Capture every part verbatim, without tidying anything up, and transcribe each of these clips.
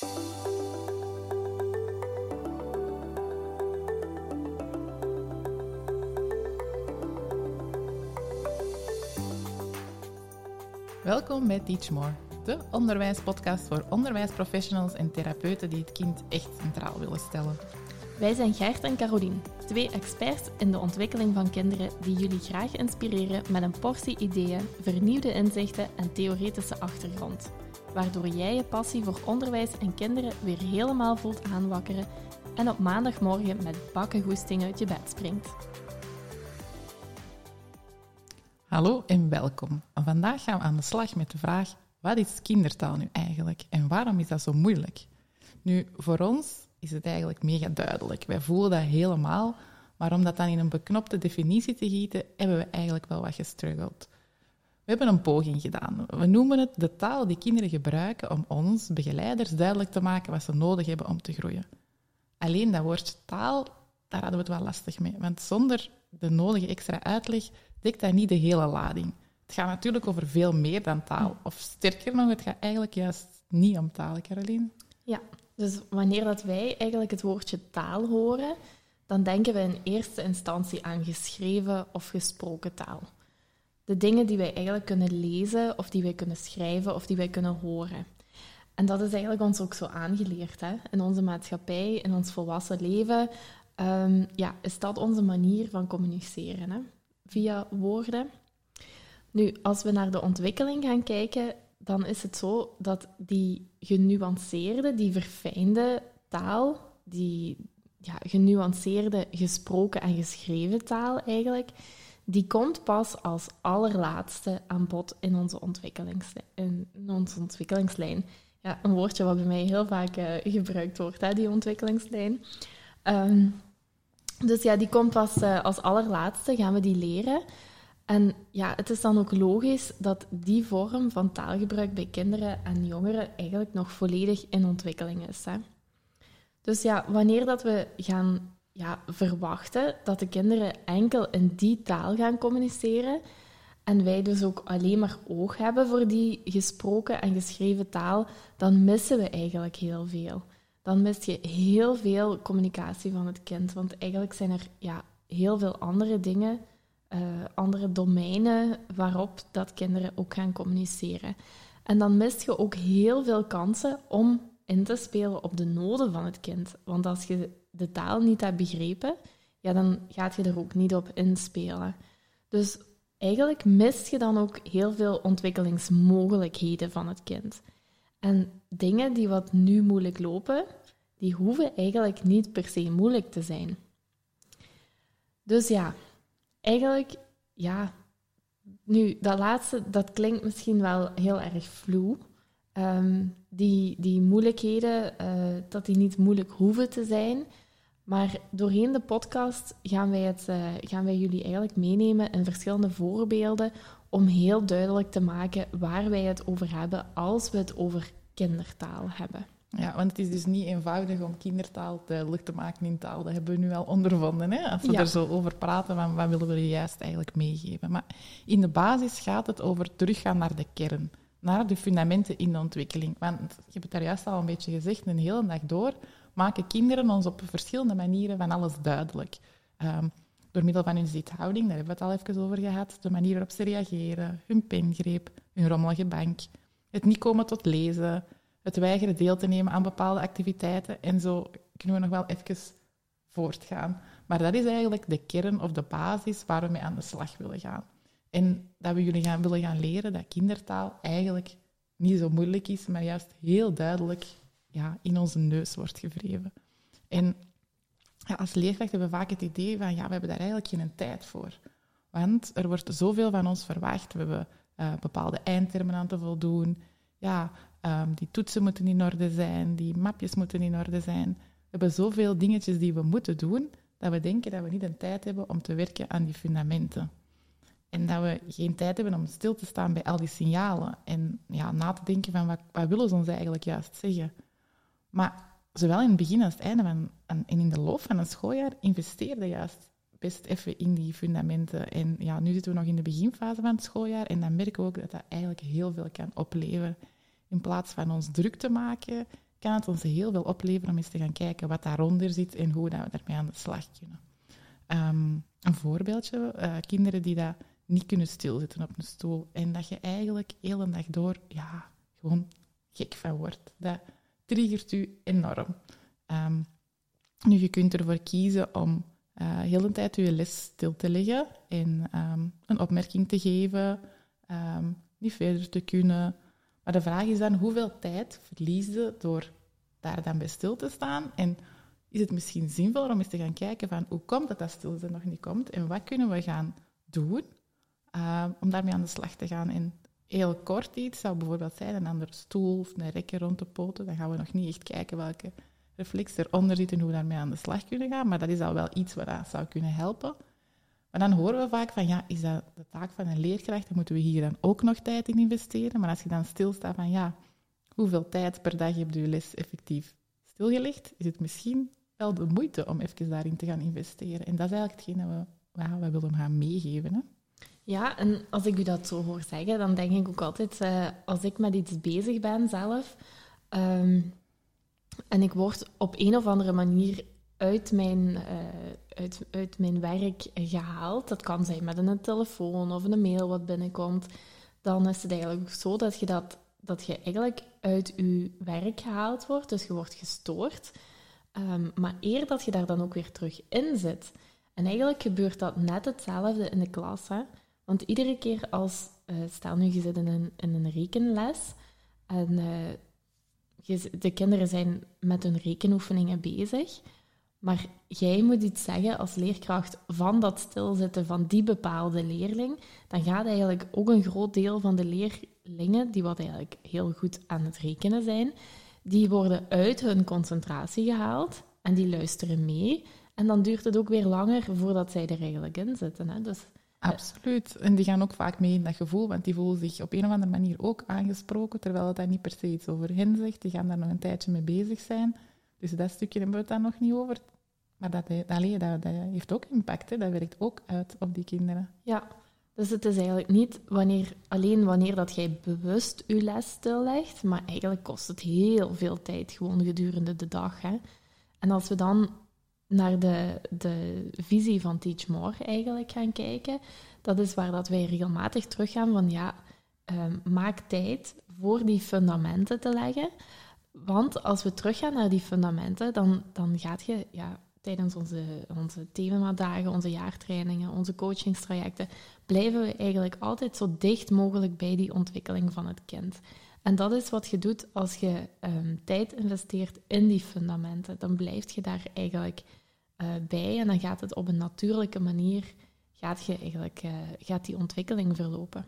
Welkom bij Teach More, de onderwijspodcast voor onderwijsprofessionals en therapeuten die het kind echt centraal willen stellen. Wij zijn Gert en Carolien, twee experts in de ontwikkeling van kinderen die jullie graag inspireren met een portie ideeën, vernieuwde inzichten en theoretische achtergrond. Waardoor jij je passie voor onderwijs en kinderen weer helemaal voelt aanwakkeren en op maandagmorgen met bakken goesting uit je bed springt. Hallo en welkom. Vandaag gaan we aan de slag met de vraag: wat is kindertaal nu eigenlijk en waarom is dat zo moeilijk? Nu, voor ons is het eigenlijk mega duidelijk. Wij voelen dat helemaal, maar om dat dan in een beknopte definitie te gieten, hebben we eigenlijk wel wat gestruggeld. We hebben een poging gedaan. We noemen het de taal die kinderen gebruiken om ons, begeleiders, duidelijk te maken wat ze nodig hebben om te groeien. Alleen dat woordje taal, daar hadden we het wel lastig mee, want zonder de nodige extra uitleg dekt dat niet de hele lading. Het gaat natuurlijk over veel meer dan taal. Of sterker nog, het gaat eigenlijk juist niet om taal, Caroline. Ja, dus wanneer dat wij eigenlijk het woordje taal horen, dan denken we in eerste instantie aan geschreven of gesproken taal. De dingen die wij eigenlijk kunnen lezen, of die wij kunnen schrijven, of die wij kunnen horen. En dat is eigenlijk ons ook zo aangeleerd, hè? In onze maatschappij, in ons volwassen leven, um, ja, is dat onze manier van communiceren, hè? Via woorden. Nu, als we naar de ontwikkeling gaan kijken, dan is het zo dat die genuanceerde, die verfijnde taal, die ja, genuanceerde gesproken en geschreven taal eigenlijk, die komt pas als allerlaatste aan bod in onze, ontwikkelingslijn. In onze ontwikkelingslijn. Ja, een woordje wat bij mij heel vaak uh, gebruikt wordt, hè, die ontwikkelingslijn. Um, dus ja, die komt pas uh, als allerlaatste, gaan we die leren. En ja, het is dan ook logisch dat die vorm van taalgebruik bij kinderen en jongeren eigenlijk nog volledig in ontwikkeling is, hè. Dus ja, wanneer dat we gaan ja, verwachten dat de kinderen enkel in die taal gaan communiceren en wij dus ook alleen maar oog hebben voor die gesproken en geschreven taal, dan missen we eigenlijk heel veel. Dan mis je heel veel communicatie van het kind, want eigenlijk zijn er ja, heel veel andere dingen, uh, andere domeinen waarop dat kinderen ook gaan communiceren. En dan mist je ook heel veel kansen om in te spelen op de noden van het kind. Want als je de taal niet hebt begrepen, ja, dan gaat je er ook niet op inspelen. Dus eigenlijk mist je dan ook heel veel ontwikkelingsmogelijkheden van het kind. En dingen die wat nu moeilijk lopen, die hoeven eigenlijk niet per se moeilijk te zijn. Dus ja, eigenlijk, ja, nu, dat laatste, dat klinkt misschien wel heel erg vloe. Um, die, die moeilijkheden, uh, dat die niet moeilijk hoeven te zijn. Maar doorheen de podcast gaan wij, het, uh, gaan wij jullie eigenlijk meenemen in verschillende voorbeelden om heel duidelijk te maken waar wij het over hebben als we het over kindertaal hebben. Ja, want het is dus niet eenvoudig om kindertaal duidelijk te maken in taal. Dat hebben we nu al ondervonden, hè? Als we ja. er zo over praten, van wat willen we je juist eigenlijk meegeven. Maar in de basis gaat het over teruggaan naar de kern, naar de fundamenten in de ontwikkeling. Want, ik heb het daar juist al een beetje gezegd, een hele dag door maken kinderen ons op verschillende manieren van alles duidelijk. Um, door middel van hun zithouding, daar hebben we het al even over gehad, de manier waarop ze reageren, hun pengreep, hun rommelige bank, het niet komen tot lezen, het weigeren deel te nemen aan bepaalde activiteiten. En zo kunnen we nog wel even voortgaan. Maar dat is eigenlijk de kern of de basis waar we mee aan de slag willen gaan. En dat we jullie gaan, willen gaan leren dat kindertaal eigenlijk niet zo moeilijk is, maar juist heel duidelijk ja, in onze neus wordt gewreven. En ja, als leerkracht hebben we vaak het idee van, ja, we hebben daar eigenlijk geen tijd voor. Want er wordt zoveel van ons verwacht. We hebben uh, bepaalde eindtermen aan te voldoen. Ja, um, die toetsen moeten in orde zijn, die mapjes moeten in orde zijn. We hebben zoveel dingetjes die we moeten doen, dat we denken dat we niet de tijd hebben om te werken aan die fundamenten. En dat we geen tijd hebben om stil te staan bij al die signalen. En ja, na te denken van, wat, wat willen ze ons eigenlijk juist zeggen? Maar zowel in het begin als het einde van, en in de loop van een schooljaar investeerde juist best even in die fundamenten. En ja, nu zitten we nog in de beginfase van het schooljaar en dan merken we ook dat dat eigenlijk heel veel kan opleveren. In plaats van ons druk te maken kan het ons heel veel opleveren om eens te gaan kijken wat daaronder zit en hoe dat we daarmee aan de slag kunnen. Um, een voorbeeldje, uh, kinderen die dat niet kunnen stilzitten op een stoel en dat je eigenlijk heel de dag door ja, gewoon gek van wordt. Dat triggert u enorm. Um, nu, je kunt ervoor kiezen om uh, heel de tijd je les stil te leggen en um, een opmerking te geven, um, niet verder te kunnen. Maar de vraag is dan, hoeveel tijd verlies je door daar dan bij stil te staan? En is het misschien zinvoller om eens te gaan kijken van hoe komt het dat stilzitten nog niet komt en wat kunnen we gaan doen uh, om daarmee aan de slag te gaan? En heel kort iets zou bijvoorbeeld zijn een andere stoel of een rekker rond de poten. Dan gaan we nog niet echt kijken welke reflex eronder zit en hoe we daarmee aan de slag kunnen gaan. Maar dat is al wel iets wat dat zou kunnen helpen. Maar dan horen we vaak van, ja, is dat de taak van een leerkracht? Dan moeten we hier dan ook nog tijd in investeren. Maar als je dan stilstaat van, ja, hoeveel tijd per dag heb je les effectief stilgelegd? Is het misschien wel de moeite om even daarin te gaan investeren? En dat is eigenlijk hetgene we, ja, we willen gaan meegeven, hè? Ja, en als ik u dat zo hoor zeggen, dan denk ik ook altijd, uh, als ik met iets bezig ben zelf, um, en ik word op een of andere manier uit mijn, uh, uit, uit mijn werk gehaald, dat kan zijn met een telefoon of een mail wat binnenkomt, dan is het eigenlijk zo dat je, dat, dat je eigenlijk uit je werk gehaald wordt, dus je wordt gestoord, um, maar eer dat je daar dan ook weer terug in zit. En eigenlijk gebeurt dat net hetzelfde in de klas, hè? Want iedere keer als, uh, stel nu, je zit in een, in een rekenles en uh, je, de kinderen zijn met hun rekenoefeningen bezig, maar jij moet iets zeggen als leerkracht van dat stilzitten van die bepaalde leerling, dan gaat eigenlijk ook een groot deel van de leerlingen, die wat eigenlijk heel goed aan het rekenen zijn, die worden uit hun concentratie gehaald en die luisteren mee. En dan duurt het ook weer langer voordat zij er eigenlijk in zitten. Hè? Dus, Absoluut. En die gaan ook vaak mee in dat gevoel, want die voelen zich op een of andere manier ook aangesproken, terwijl het dan niet per se iets over hen zegt. Die gaan daar nog een tijdje mee bezig zijn. Dus dat stukje hebben we het dan nog niet over. Maar dat, dat, dat, dat heeft ook impact. Hè? Dat werkt ook uit op die kinderen. Ja, dus het is eigenlijk niet wanneer, alleen wanneer dat jij bewust je les stillegt, maar eigenlijk kost het heel veel tijd gewoon gedurende de dag. Hè? En als we dan naar de, de visie van Teach More eigenlijk gaan kijken, dat is waar dat wij regelmatig teruggaan van ja, um, maak tijd voor die fundamenten te leggen. Want als we teruggaan naar die fundamenten, dan, dan gaat je ja, tijdens onze, onze themadagen, onze jaartrainingen, onze coachingstrajecten, blijven we eigenlijk altijd zo dicht mogelijk bij die ontwikkeling van het kind. En dat is wat je doet als je um, tijd investeert in die fundamenten. Dan blijf je daar eigenlijk uh, bij en dan gaat het op een natuurlijke manier, gaat, je eigenlijk, uh, gaat die ontwikkeling verlopen.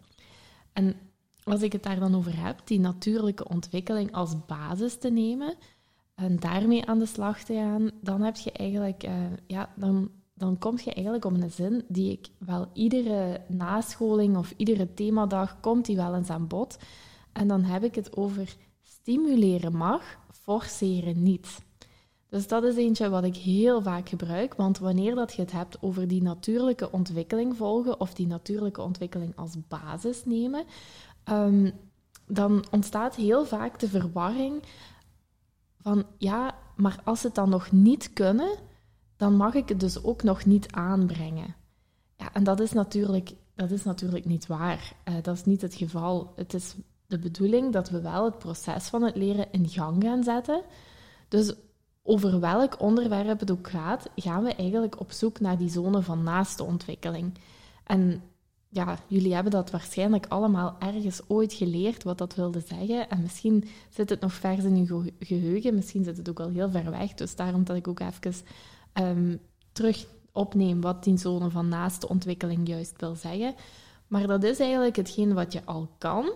En als ik het daar dan over heb, die natuurlijke ontwikkeling als basis te nemen en daarmee aan de slag te gaan, dan heb je eigenlijk, uh, ja, dan, dan kom je eigenlijk op een zin die ik wel iedere nascholing of iedere themadag komt die wel eens aan bod. En dan heb ik het over stimuleren mag, forceren niet. Dus dat is eentje wat ik heel vaak gebruik, want wanneer dat je het hebt over die natuurlijke ontwikkeling volgen of die natuurlijke ontwikkeling als basis nemen, um, dan ontstaat heel vaak de verwarring van ja, maar als ze het dan nog niet kunnen, dan mag ik het dus ook nog niet aanbrengen. Ja, en dat is natuurlijk, dat is natuurlijk niet waar. Uh, dat is niet het geval. Het is de bedoeling dat we wel het proces van het leren in gang gaan zetten. Dus over welk onderwerp het ook gaat, gaan we eigenlijk op zoek naar die zone van naaste ontwikkeling. En ja, jullie hebben dat waarschijnlijk allemaal ergens ooit geleerd, wat dat wilde zeggen. En misschien zit het nog vers in je geheugen, misschien zit het ook al heel ver weg. Dus daarom dat ik ook even um, terug opneem wat die zone van naaste ontwikkeling juist wil zeggen. Maar dat is eigenlijk hetgeen wat je al kan,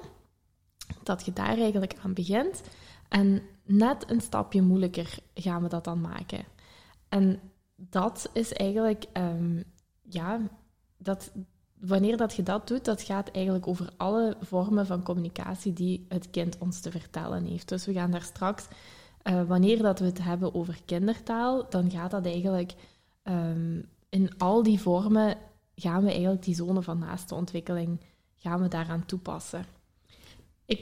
dat je daar eigenlijk aan begint. En net een stapje moeilijker gaan we dat dan maken. En dat is eigenlijk, um, ja, dat, wanneer dat je dat doet, dat gaat eigenlijk over alle vormen van communicatie die het kind ons te vertellen heeft. Dus we gaan daar straks, uh, wanneer dat we het hebben over kindertaal, dan gaat dat eigenlijk um, in al die vormen, gaan we eigenlijk die zone van naaste ontwikkeling, gaan we daaraan toepassen. Ik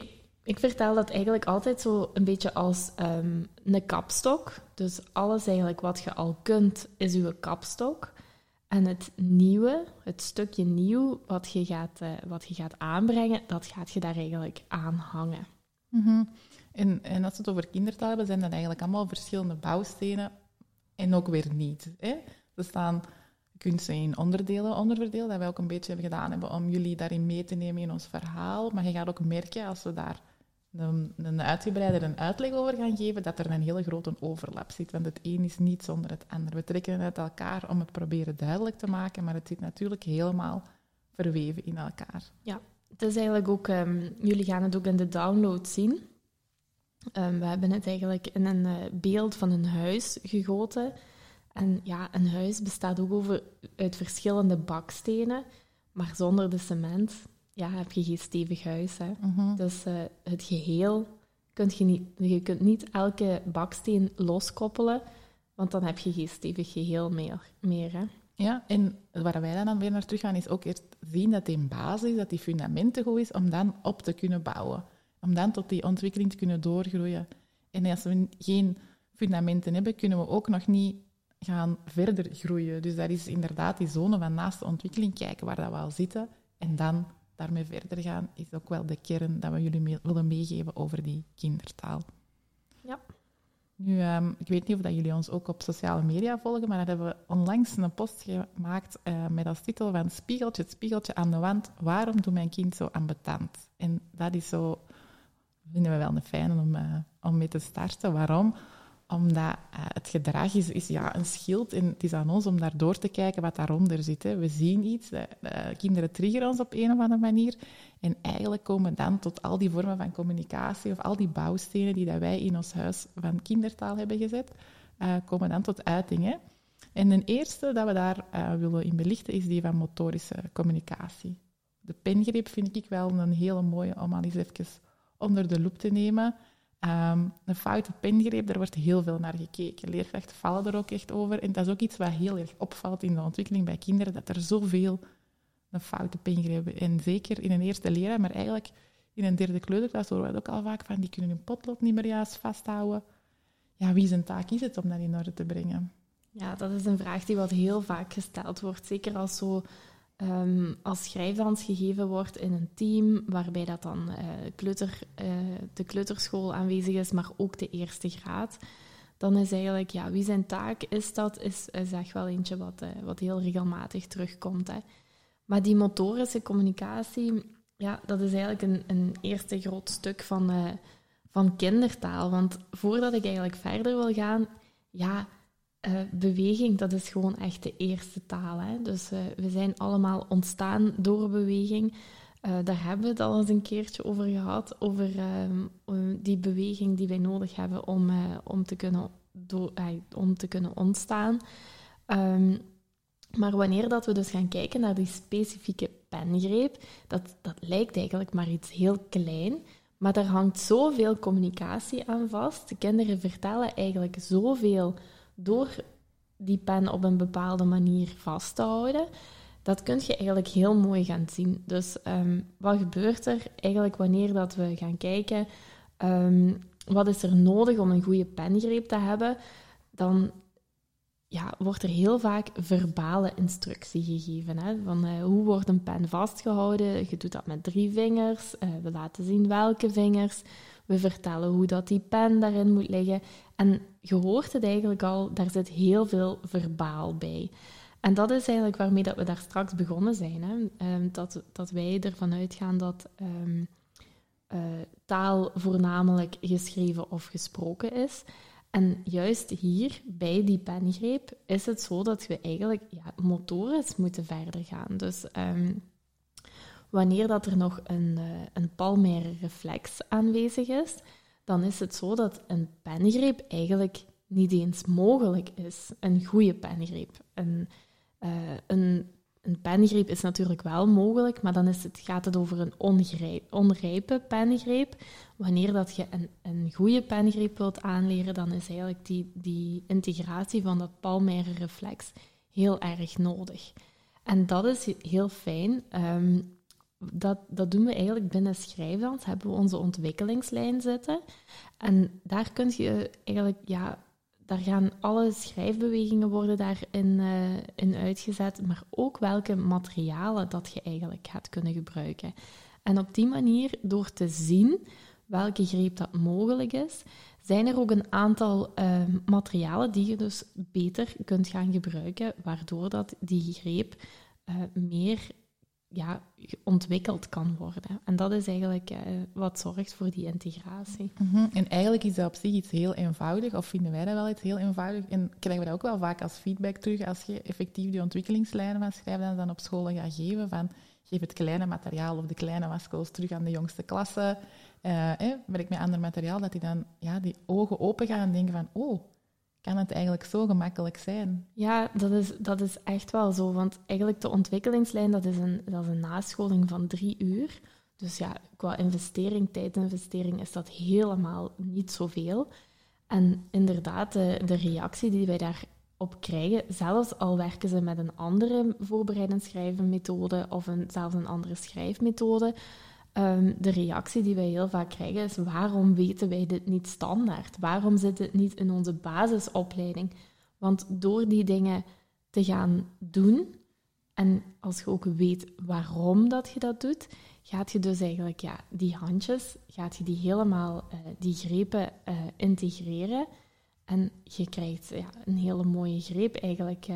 Ik vertel dat eigenlijk altijd zo een beetje als um, een kapstok. Dus alles eigenlijk wat je al kunt, is uw kapstok. En het nieuwe, het stukje nieuw wat je gaat, uh, wat je gaat aanbrengen, dat gaat je daar eigenlijk aan hangen. Mm-hmm. En, en als we het over kindertaal hebben, zijn dat eigenlijk allemaal verschillende bouwstenen en ook weer niet. Hè? Er staan, je kunt ze in onderdelen onderverdelen, dat wij ook een beetje hebben gedaan hebben om jullie daarin mee te nemen in ons verhaal. Maar je gaat ook merken, als we daar een, een uitgebreider een uitleg over gaan geven, dat er een hele grote overlap zit. Want het een is niet zonder het ander. We trekken het uit elkaar om het proberen duidelijk te maken, maar het zit natuurlijk helemaal verweven in elkaar. Ja, het is eigenlijk ook... Um, jullie gaan het ook in de download zien. Um, we hebben het eigenlijk in een uh, beeld van een huis gegoten. En ja, een huis bestaat ook over, uit verschillende bakstenen, maar zonder de cement ja, heb je geen stevig huis. Hè. Mm-hmm. Dus uh, het geheel, kun je, niet, je kunt niet elke baksteen loskoppelen, want dan heb je geen stevig geheel meer. meer hè. Ja, en waar wij dan weer naar terug gaan, is ook eerst zien dat die basis, dat die fundamenten goed is, om dan op te kunnen bouwen. Om dan tot die ontwikkeling te kunnen doorgroeien. En als we geen fundamenten hebben, kunnen we ook nog niet gaan verder groeien. Dus dat is inderdaad die zone van naast de ontwikkeling kijken waar dat we al zitten en dan daarmee verder gaan, is ook wel de kern dat we jullie mee, willen meegeven over die kindertaal. Ja. Nu, um, ik weet niet of dat jullie ons ook op sociale media volgen, maar daar hebben we onlangs een post gemaakt uh, met als titel van Spiegeltje, het spiegeltje aan de wand, waarom doet mijn kind zo ambetant? En dat is zo, vinden we wel een fijne om, uh, om mee te starten. Waarom? Omdat uh, het gedrag is, is ja, een schild en het is aan ons om daar door te kijken wat daaronder zit. Hè. We zien iets, uh, uh, kinderen triggeren ons op een of andere manier en eigenlijk komen dan tot al die vormen van communicatie of al die bouwstenen die dat wij in ons huis van kindertaal hebben gezet, uh, komen dan tot uiting. Hè. En de eerste dat we daar uh, willen in belichten is die van motorische communicatie. De pengreep vind ik wel een hele mooie om al eens even onder de loep te nemen. Um, een foute pengreep, daar wordt heel veel naar gekeken. Leerkrachten vallen er ook echt over. En dat is ook iets wat heel erg opvalt in de ontwikkeling bij kinderen, dat er zoveel een foute pengreep is. En zeker in een eerste leraar, maar eigenlijk in een derde kleuterklas horen we het ook al vaak van, die kunnen hun potlood niet meer juist vasthouden. Ja, wie zijn taak is het om dat in orde te brengen? Ja, dat is een vraag die wat heel vaak gesteld wordt. Zeker als zo... Um, als schrijfdans gegeven wordt in een team, waarbij dat dan uh, kleuter, uh, de kleuterschool aanwezig is, maar ook de eerste graad, dan is eigenlijk, ja, wie zijn taak is dat, is, is echt wel eentje wat, uh, wat heel regelmatig terugkomt. Hè. Maar die motorische communicatie, ja, dat is eigenlijk een, een eerste groot stuk van, uh, van kindertaal. Want voordat ik eigenlijk verder wil gaan, ja... Uh, beweging, dat is gewoon echt de eerste taal. Hè? Dus uh, we zijn allemaal ontstaan door beweging. Uh, daar hebben we het al eens een keertje over gehad, over uh, die beweging die wij nodig hebben om, uh, om, te, kunnen do- uh, om te kunnen ontstaan. Um, maar wanneer dat we dus gaan kijken naar die specifieke pengreep, dat, dat lijkt eigenlijk maar iets heel klein, maar daar hangt zoveel communicatie aan vast. De kinderen vertellen eigenlijk zoveel door die pen op een bepaalde manier vast te houden. Dat kun je eigenlijk heel mooi gaan zien. Dus um, wat gebeurt er eigenlijk wanneer dat we gaan kijken, um, wat is er nodig om een goede pengreep te hebben, dan ja, wordt er heel vaak verbale instructie gegeven. Hè? Van, uh, hoe wordt een pen vastgehouden? Je doet dat met drie vingers. Uh, we laten zien welke vingers. We vertellen hoe dat die pen daarin moet liggen. En je hoort het eigenlijk al, daar zit heel veel verbaal bij. En dat is eigenlijk waarmee dat we daar straks begonnen zijn. Hè? Um, dat, dat wij ervan uitgaan dat um, uh, taal voornamelijk geschreven of gesproken is. En juist hier, bij die pengreep, is het zo dat we eigenlijk ja, motorisch moeten verder gaan. Dus um, wanneer dat er nog een, uh, een palmaire reflex aanwezig is, dan is het zo dat een pengreep eigenlijk niet eens mogelijk is. Een goede pengreep. Een, uh, een, een pengreep is natuurlijk wel mogelijk, maar dan is het, gaat het over een ongrijp, onrijpe pengreep. Wanneer dat je een, een goede pengreep wilt aanleren, dan is eigenlijk die, die integratie van dat palmaire reflex heel erg nodig. En dat is heel fijn, um, dat, dat doen we eigenlijk binnen schrijfdans. Hebben we onze ontwikkelingslijn zitten. En daar kun je eigenlijk... ja, daar gaan alle schrijfbewegingen worden daarin uh, in uitgezet, maar ook welke materialen dat je eigenlijk gaat kunnen gebruiken. En op die manier, door te zien welke greep dat mogelijk is, zijn er ook een aantal uh, materialen die je dus beter kunt gaan gebruiken, waardoor dat die greep uh, meer ja, ontwikkeld kan worden. En dat is eigenlijk uh, wat zorgt voor die integratie. Mm-hmm. En eigenlijk is dat op zich iets heel eenvoudig, of vinden wij dat wel iets heel eenvoudig, en krijgen we dat ook wel vaak als feedback terug als je effectief die ontwikkelingslijnen van schrijfdans dan op scholen gaat geven, van geef het kleine materiaal of de kleine waskools terug aan de jongste klasse, uh, eh, werk met ander materiaal, dat die dan ja, die ogen open gaan en denken van, oh, kan het eigenlijk zo gemakkelijk zijn? Ja, dat is, dat is echt wel zo. Want eigenlijk de ontwikkelingslijn, dat is, een, dat is een nascholing van drie uur. Dus ja, qua investering, tijdinvestering, is dat helemaal niet zoveel. En inderdaad, de, de reactie die wij daarop krijgen, zelfs al werken ze met een andere voorbereidend schrijvenmethode of een, zelfs een andere schrijfmethode, Um, de reactie die wij heel vaak krijgen is: waarom weten wij dit niet standaard? Waarom zit het niet in onze basisopleiding? Want door die dingen te gaan doen, en als je ook weet waarom dat je dat doet, gaat je dus eigenlijk ja, die handjes, gaat je die helemaal, uh, die grepen uh, integreren. En je krijgt ja, een hele mooie greep eigenlijk, uh,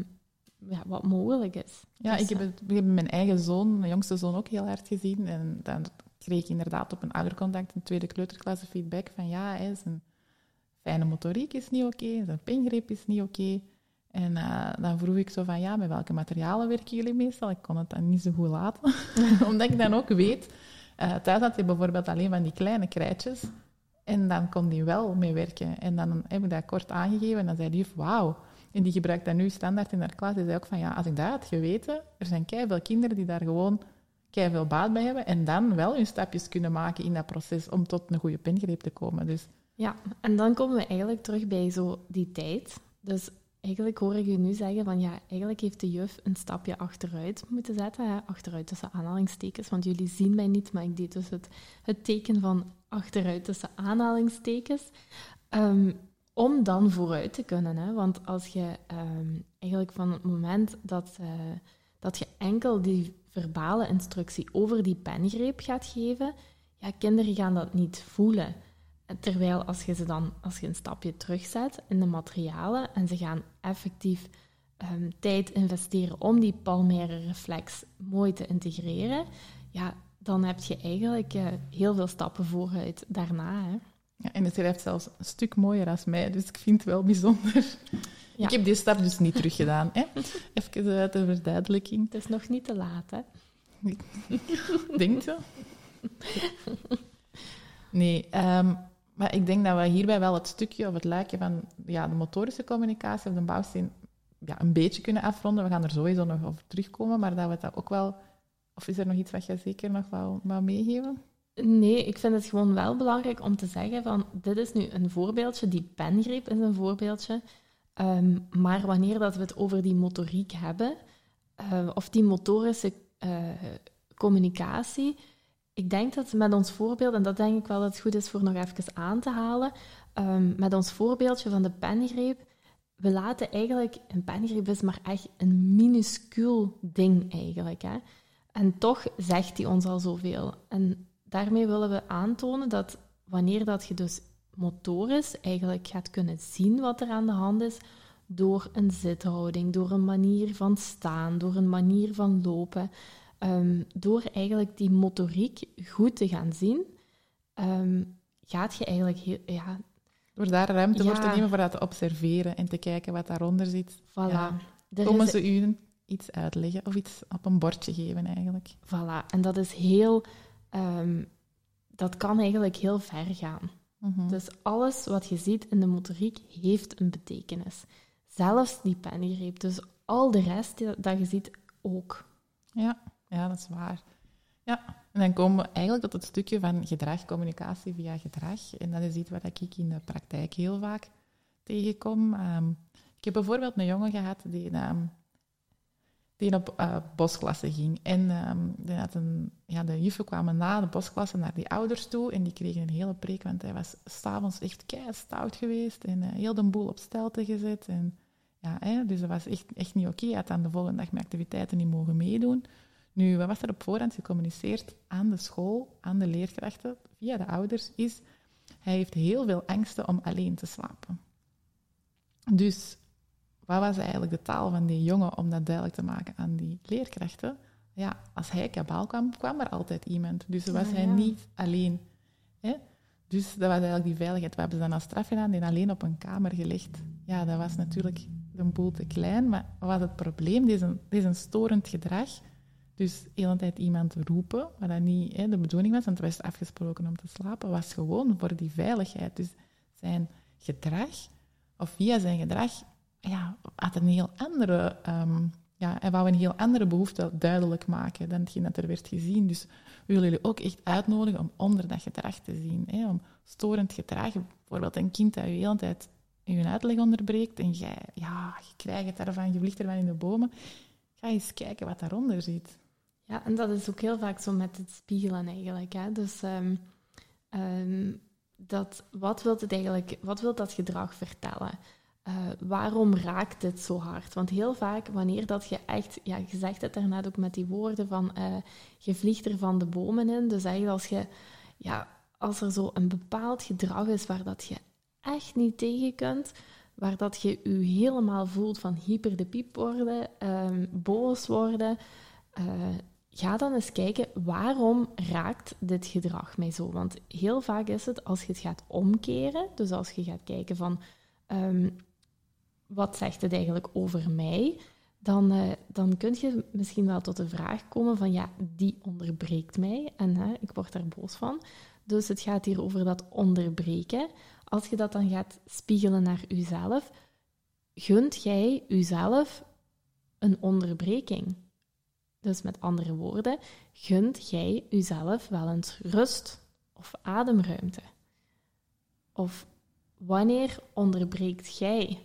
ja, wat mogelijk is. Ja, dus, ik heb, het, ik heb mijn eigen zoon, mijn jongste zoon, ook heel hard gezien. En dan kreeg ik inderdaad op een oudercontact, een tweede kleuterklasse, feedback van ja, hè, zijn fijne motoriek is niet oké, okay, zijn pengreep is niet oké. Okay. En uh, dan vroeg ik zo van ja, met welke materialen werken jullie meestal? Ik kon het dan niet zo goed laten, omdat ik dan ook weet, uh, thuis had hij bijvoorbeeld alleen van die kleine krijtjes. En dan kon hij wel mee werken. En dan heb ik dat kort aangegeven en dan zei de juf, wauw. En die gebruikt dat nu standaard in haar klas. Die zei ook van, ja, als ik dat had geweten, er zijn keiveel kinderen die daar gewoon keiveel baat bij hebben en dan wel hun stapjes kunnen maken in dat proces om tot een goede pengreep te komen. Dus. Ja, en dan komen we eigenlijk terug bij zo die tijd. Dus eigenlijk hoor ik u nu zeggen van, ja, eigenlijk heeft de juf een stapje achteruit moeten zetten. Hè? Achteruit tussen aanhalingstekens, want jullie zien mij niet, maar ik deed dus het, het teken van achteruit tussen aanhalingstekens. Um, Om dan vooruit te kunnen. Hè? Want als je um, eigenlijk van het moment dat, uh, dat je enkel die verbale instructie over die pengreep gaat geven, ja, kinderen gaan dat niet voelen. Terwijl als je ze dan als je een stapje terugzet in de materialen en ze gaan effectief um, tijd investeren om die palmaire reflex mooi te integreren, ja, dan heb je eigenlijk uh, heel veel stappen vooruit daarna. Hè? Ja, en het schrijft zelfs een stuk mooier als mij, dus ik vind het wel bijzonder. Ja. Ik heb die stap dus niet teruggedaan. Hè? Even uh, ter verduidelijking. Het is nog niet te laat, hè? Denk je? Nee, um, maar ik denk dat we hierbij wel het stukje of het luikje van ja, de motorische communicatie of de bouwsteen ja, een beetje kunnen afronden. We gaan er sowieso nog over terugkomen, maar dat we dat ook wel... Of is er nog iets wat je zeker nog wou, wou meegeven? Nee, ik vind het gewoon wel belangrijk om te zeggen van dit is nu een voorbeeldje, die pengreep is een voorbeeldje, um, maar wanneer dat we het over die motoriek hebben, uh, of die motorische uh, communicatie, ik denk dat met ons voorbeeld, en dat denk ik wel dat het goed is voor nog even aan te halen, um, met ons voorbeeldje van de pengreep, we laten eigenlijk, een pengreep is maar echt een minuscuul ding eigenlijk, hè. En toch zegt die ons al zoveel. En daarmee willen we aantonen dat wanneer dat je dus motorisch eigenlijk gaat kunnen zien wat er aan de hand is, door een zithouding, door een manier van staan, door een manier van lopen, um, door eigenlijk die motoriek goed te gaan zien, um, gaat je eigenlijk heel... Ja, door daar ruimte ja. voor te nemen voor dat te observeren en te kijken wat daaronder zit. Voilà. Ja. Komen ze u iets uitleggen of iets op een bordje geven eigenlijk. Voilà. En dat is heel... Um, dat kan eigenlijk heel ver gaan. Mm-hmm. Dus alles wat je ziet in de motoriek heeft een betekenis. Zelfs die pengreep. Dus al de rest dat je ziet ook. Ja, ja, dat is waar. Ja, en dan komen we eigenlijk tot het stukje van gedrag, communicatie via gedrag. En dat is iets wat ik in de praktijk heel vaak tegenkom. Um, ik heb bijvoorbeeld een jongen gehad die... Um, die op uh, bosklasse ging. En um, de, had een, ja, de juffen kwamen na de bosklasse naar die ouders toe en die kregen een hele preek, want hij was 's avonds echt kei stout geweest en uh, heel de boel op stelte gezet. En, ja, hè, dus dat was echt, echt niet oké. Hij had dan de volgende dag met activiteiten niet mogen meedoen. Nu, wat was er op voorhand gecommuniceerd aan de school, aan de leerkrachten, via de ouders, is hij heeft heel veel angsten om alleen te slapen. Dus wat was eigenlijk de taal van die jongen om dat duidelijk te maken aan die leerkrachten? Ja, als hij kabaal kwam, kwam er altijd iemand. Dus was ja, hij ja. niet alleen. Hè? Dus dat was eigenlijk die veiligheid. We hebben ze dan als straf gedaan, die alleen op een kamer gelegd. Ja, dat was natuurlijk de boel te klein, maar wat was het probleem? Dit is een, dit is een storend gedrag. Dus de hele tijd iemand roepen, wat dat niet hè, de bedoeling was, want het was afgesproken om te slapen, was gewoon voor die veiligheid. Dus zijn gedrag, of via zijn gedrag, ja, had een heel andere, um, ja, hij wou een heel andere behoefte duidelijk maken dan hetgeen dat er werd gezien. Dus we willen jullie ook echt uitnodigen om onder dat gedrag te zien. Hè, om storend gedrag, bijvoorbeeld een kind dat je de hele tijd je uitleg onderbreekt en jij, ja, je krijgt het daarvan, je vliegt ervan in de bomen. Ga eens kijken wat daaronder zit. Ja, en dat is ook heel vaak zo met het spiegelen eigenlijk. Hè? Dus um, um, dat, wat wil het eigenlijk, wat wil dat gedrag vertellen? Uh, waarom raakt dit zo hard? Want heel vaak, wanneer dat je echt... Ja, je zegt het daarnet ook met die woorden van... Uh, je vliegt er van de bomen in. Dus eigenlijk als je... Ja, als er zo een bepaald gedrag is waar dat je echt niet tegen kunt... Waar dat je je helemaal voelt van hyper de piep worden... Um, boos worden... Uh, ga dan eens kijken, waarom raakt dit gedrag mij zo? Want heel vaak is het, als je het gaat omkeren... Dus als je gaat kijken van... Um, wat zegt het eigenlijk over mij? Dan, uh, dan kun je misschien wel tot de vraag komen van... Ja, die onderbreekt mij en uh, ik word daar boos van. Dus het gaat hier over dat onderbreken. Als je dat dan gaat spiegelen naar jezelf... Gunt jij jezelf een onderbreking? Dus met andere woorden, gunt jij jezelf wel eens rust of ademruimte? Of wanneer onderbreekt jij?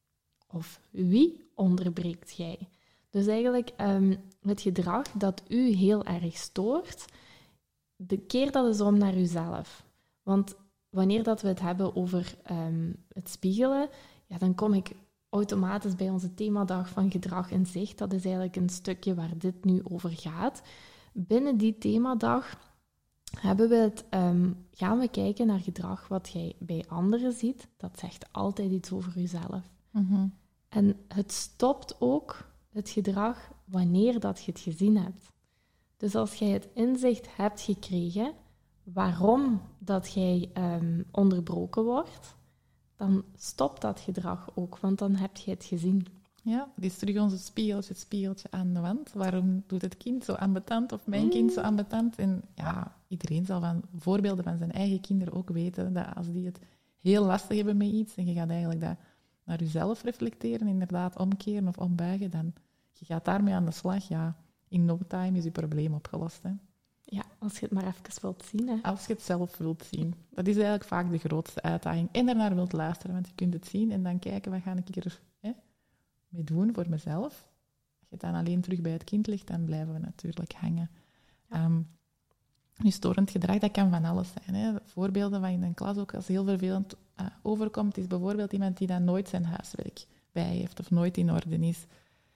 Of wie onderbreekt jij? Dus eigenlijk um, het gedrag dat u heel erg stoort, de keer dat eens om naar uzelf. Want wanneer dat we het hebben over um, het spiegelen, ja, dan kom ik automatisch bij onze themadag van gedrag in zicht. Dat is eigenlijk een stukje waar dit nu over gaat. Binnen die themadag hebben we het, um, gaan we kijken naar gedrag wat jij bij anderen ziet. Dat zegt altijd iets over jezelf. Mm-hmm. En het stopt ook het gedrag wanneer dat je het gezien hebt. Dus als jij het inzicht hebt gekregen waarom dat jij um, onderbroken wordt, dan stopt dat gedrag ook, want dan heb je het gezien. Ja, dit is terug onze spiegeltje, het spiegeltje aan de wand. Waarom doet het kind zo ambetant of mijn kind zo ambetant? En ja, iedereen zal van voorbeelden van zijn eigen kinderen ook weten dat als die het heel lastig hebben met iets en je gaat eigenlijk dat naar jezelf reflecteren, inderdaad omkeren of ombuigen, dan je gaat daarmee aan de slag. Ja, in no time is je probleem opgelost. Hè. Ja, als je het maar even wilt zien. Hè. Als je het zelf wilt zien. Dat is eigenlijk vaak de grootste uitdaging. En ernaar wilt luisteren, want je kunt het zien en dan kijken, wat ga ik er hè, mee doen voor mezelf? Als je het dan alleen terug bij het kind ligt, dan blijven we natuurlijk hangen. Ja. Um, nu, storend gedrag, dat kan van alles zijn. Hè. Voorbeelden van in een klas ook als heel vervelend uh, overkomt, is bijvoorbeeld iemand die dan nooit zijn huiswerk bij heeft of nooit in orde is.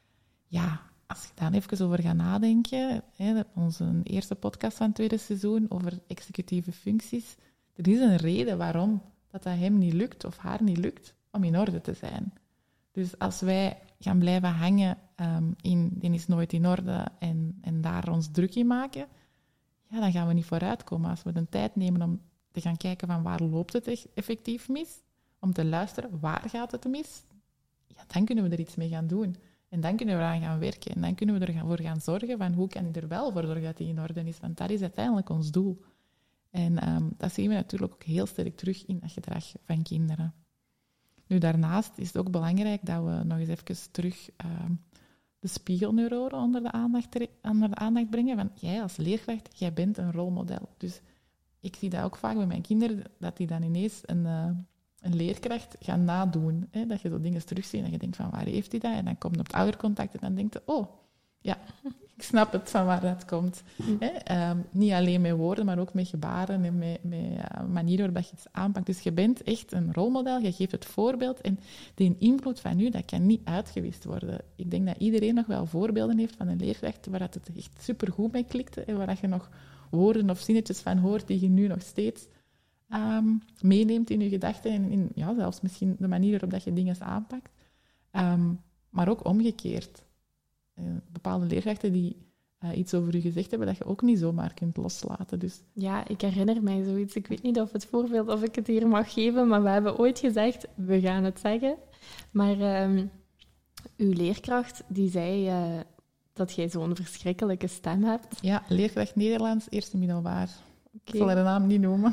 Ja, als je daar even over gaat nadenken, hè, onze eerste podcast van het tweede seizoen over executieve functies, er is een reden waarom dat, dat hem niet lukt of haar niet lukt om in orde te zijn. Dus als wij gaan blijven hangen um, in die is nooit in orde en, en daar ons druk in maken, ja, dan gaan we niet vooruitkomen. Als we de tijd nemen om te gaan kijken van waar loopt het effectief mis, om te luisteren waar gaat het mis, ja, dan kunnen we er iets mee gaan doen. En dan kunnen we eraan gaan werken. En dan kunnen we ervoor gaan zorgen van hoe kan ik er wel voor zorgen dat die in orde is. Want dat is uiteindelijk ons doel. En um, dat zien we natuurlijk ook heel sterk terug in dat gedrag van kinderen. Nu, daarnaast is het ook belangrijk dat we nog eens even terug um, de spiegelneuronen onder de aandacht, onder de aandacht brengen. Van jij als leerkracht, jij bent een rolmodel. Dus ik zie dat ook vaak bij mijn kinderen, dat die dan ineens een... Uh, een leerkracht gaan nadoen. Hè? Dat je zo dingen terugziet en je denkt van, waar heeft hij dat? En dan komt het op het oudercontact en dan denkt je, oh, Ja, ik snap het van waar dat komt. Hm. Hè? Um, niet alleen met woorden, maar ook met gebaren en met, met uh, manieren waarop je iets aanpakt. Dus je bent echt een rolmodel, je geeft het voorbeeld en die invloed van u, dat kan niet uitgewist worden. Ik denk dat iedereen nog wel voorbeelden heeft van een leerkracht waar het echt supergoed mee klikte en waar je nog woorden of zinnetjes van hoort die je nu nog steeds um, meeneemt in je gedachten en in, ja, zelfs misschien de manier waarop dat je dingen aanpakt. Um, maar ook omgekeerd. Uh, bepaalde leerkrachten die uh, iets over u gezegd hebben dat je ook niet zomaar kunt loslaten. Dus. Ja, ik herinner mij zoiets. Ik weet niet of het voorbeeld of ik het hier mag geven, maar we hebben ooit gezegd, we gaan het zeggen. Maar um, uw leerkracht, die zei uh, dat jij zo'n verschrikkelijke stem hebt. Ja, leerkracht Nederlands, eerste middelbaar. Okay. Ik zal haar naam niet noemen.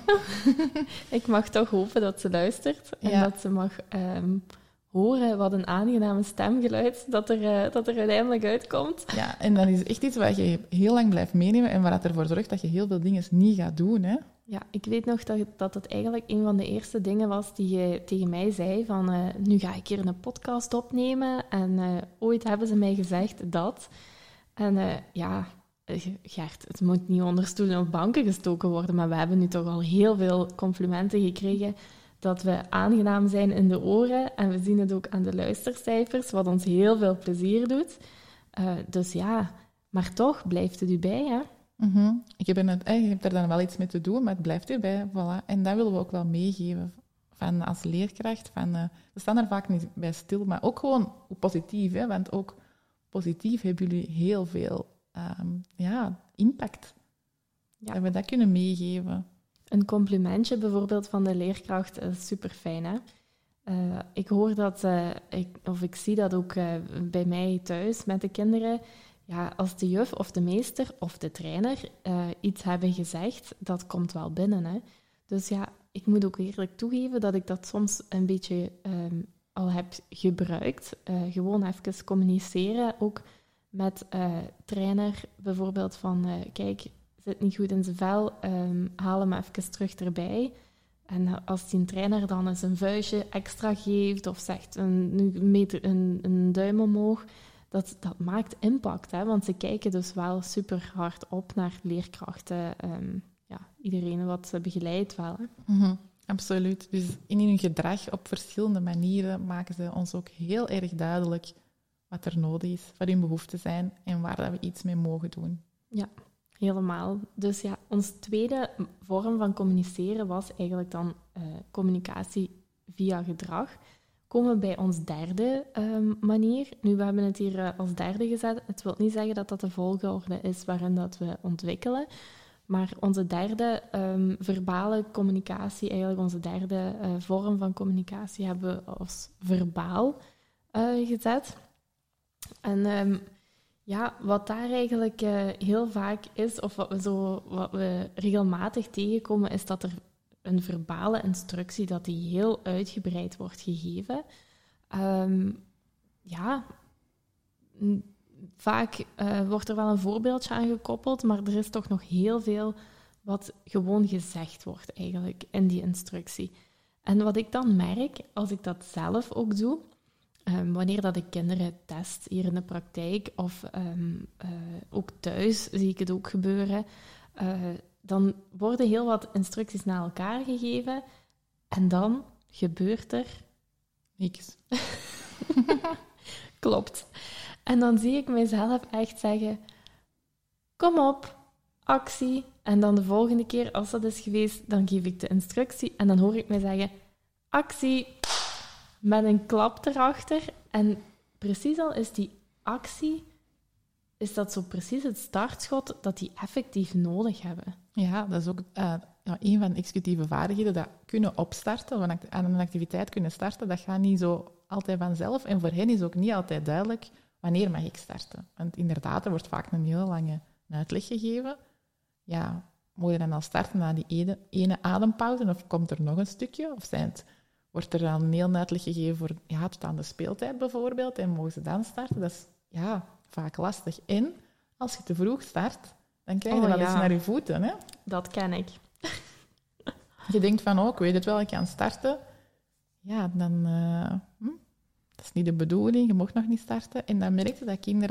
Ik mag toch hopen dat ze luistert en ja. dat ze mag... Um, horen wat een aangename stemgeluid dat er, uh, dat er uiteindelijk uitkomt. Ja, en dat is echt iets wat je heel lang blijft meenemen en waar het ervoor zorgt dat je heel veel dingen niet gaat doen. Hè? Ja, ik weet nog dat, dat het eigenlijk een van de eerste dingen was die je tegen mij zei van uh, nu ga ik hier een podcast opnemen en uh, ooit hebben ze mij gezegd dat. En uh, ja, Gert, het moet niet onder stoelen of banken gestoken worden, maar we hebben nu toch al heel veel complimenten gekregen dat we aangenaam zijn in de oren. En we zien het ook aan de luistercijfers, wat ons heel veel plezier doet. Uh, dus ja, maar toch blijft het u bij, hè? Mm-hmm. Je, bent, eh, je hebt er dan wel iets mee te doen, maar het blijft u bij. Voilà. En dat willen we ook wel meegeven van, als leerkracht. Van, uh, we staan er vaak niet bij stil, maar ook gewoon positief. Hè? Want ook positief hebben jullie heel veel um, ja, impact. Ja. Dat we dat kunnen meegeven. Een complimentje bijvoorbeeld van de leerkracht is super fijn, hè? Uh, ik hoor dat, uh, ik, of ik zie dat ook uh, bij mij thuis met de kinderen. Ja, als de juf of de meester of de trainer uh, iets hebben gezegd, dat komt wel binnen, hè? Dus ja, ik moet ook eerlijk toegeven dat ik dat soms een beetje um, al heb gebruikt. Uh, gewoon even communiceren, ook met uh, trainer bijvoorbeeld van, uh, kijk... zit niet goed in zijn vel, um, haal hem even terug erbij. En als die trainer dan eens een vuistje extra geeft of zegt een, meter, een, een duim omhoog, dat, dat maakt impact. Hè? Want ze kijken dus wel super hard op naar leerkrachten. Um, ja, iedereen wat ze begeleidt wel. Hè? Mm-hmm, absoluut. Dus in hun gedrag op verschillende manieren maken ze ons ook heel erg duidelijk wat er nodig is, wat hun behoeften zijn en waar dat we iets mee mogen doen. Ja. Helemaal. Dus ja, onze tweede vorm van communiceren was eigenlijk dan uh, communicatie via gedrag. Komen we bij ons derde um, manier. Nu, we hebben het hier uh, als derde gezet. Het wil niet zeggen dat dat de volgorde is waarin dat we ontwikkelen. Maar onze derde um, verbale communicatie, eigenlijk onze derde uh, vorm van communicatie, hebben we als verbaal uh, gezet. En... Um, Ja, wat daar eigenlijk uh, heel vaak is, of wat we, zo, wat we regelmatig tegenkomen, is dat er een verbale instructie, dat die heel uitgebreid wordt gegeven. Um, ja, n- vaak uh, wordt er wel een voorbeeldje aan gekoppeld, maar er is toch nog heel veel wat gewoon gezegd wordt eigenlijk in die instructie. En wat ik dan merk, als ik dat zelf ook doe... Um, wanneer dat ik kinderen test hier in de praktijk of um, uh, ook thuis zie ik het ook gebeuren, uh, dan worden heel wat instructies naar elkaar gegeven en dan gebeurt er niks. Klopt. En dan zie ik mezelf echt zeggen, kom op, actie. En dan de volgende keer, als dat is geweest, dan geef ik de instructie en dan hoor ik mij zeggen, actie... met een klap erachter. En precies al is die actie, is dat zo precies het startschot dat die effectief nodig hebben. Ja, dat is ook uh, ja, een van de executieve vaardigheden. Dat kunnen opstarten, aan een activiteit kunnen starten, dat gaat niet zo altijd vanzelf. En voor hen is ook niet altijd duidelijk wanneer mag ik starten. Want inderdaad, er wordt vaak een heel lange uitleg gegeven. Ja, moet je dan al starten na die ene, ene adempauze of komt er nog een stukje? Of zijn het... Wordt er dan een heel uitleg gegeven voor ja, tot aan de speeltijd bijvoorbeeld en mogen ze dan starten? Dat is ja, vaak lastig. En als je te vroeg start, dan krijg je oh, wel ja. eens naar je voeten. Hè? Dat ken ik. Je denkt van, oh, ik weet het wel, ik kan starten. Ja, dan... Uh, hm, dat is niet de bedoeling, je mocht nog niet starten. En dan merk je dat kinderen